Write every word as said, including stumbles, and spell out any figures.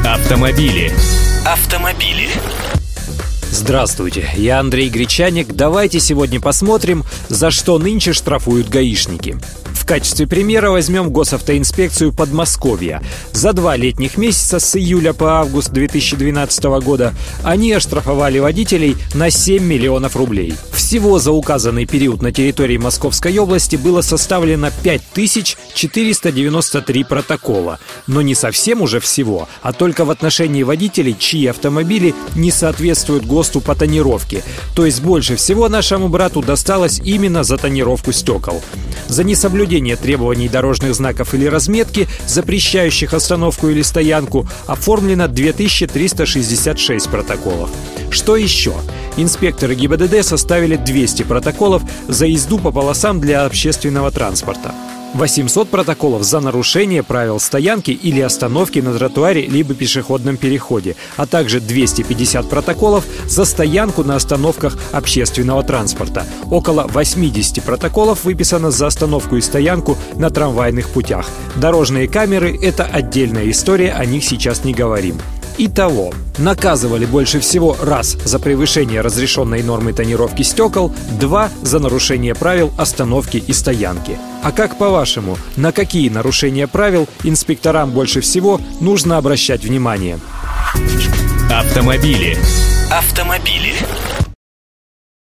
Автомобили. Автомобили. Здравствуйте, я Андрей Гречаник. Давайте сегодня посмотрим, за что нынче штрафуют гаишники. В качестве примера возьмем госавтоинспекцию Подмосковья. За два летних месяца с июля по август две тысячи двенадцатого года они оштрафовали водителей на семь миллионов рублей. Всего за указанный период на территории Московской области было составлено пять тысяч четыреста девяносто три протокола. Но не совсем уже всего, а только в отношении водителей, чьи автомобили не соответствуют ГОСТу по тонировке. То есть больше всего нашему брату досталось именно за тонировку стекол. За несоблюдение требований дорожных знаков или разметки, запрещающих остановку или стоянку, оформлено две тысячи триста шестьдесят шесть протоколов. Что еще? Инспекторы ГИБДД составили двести протоколов за езду по полосам для общественного транспорта. восемьсот протоколов за нарушение правил стоянки или остановки на тротуаре либо пешеходном переходе, а также двести пятьдесят протоколов за стоянку на остановках общественного транспорта. Около восемьдесят протоколов выписано за остановку и стоянку на трамвайных путях. Дорожные камеры – это отдельная история, о них сейчас не говорим. Итого, наказывали больше всего раз за превышение разрешенной нормы тонировки стекол, два за нарушение правил остановки и стоянки. А как по-вашему, на какие нарушения правил инспекторам больше всего нужно обращать внимание? Автомобили. Автомобили.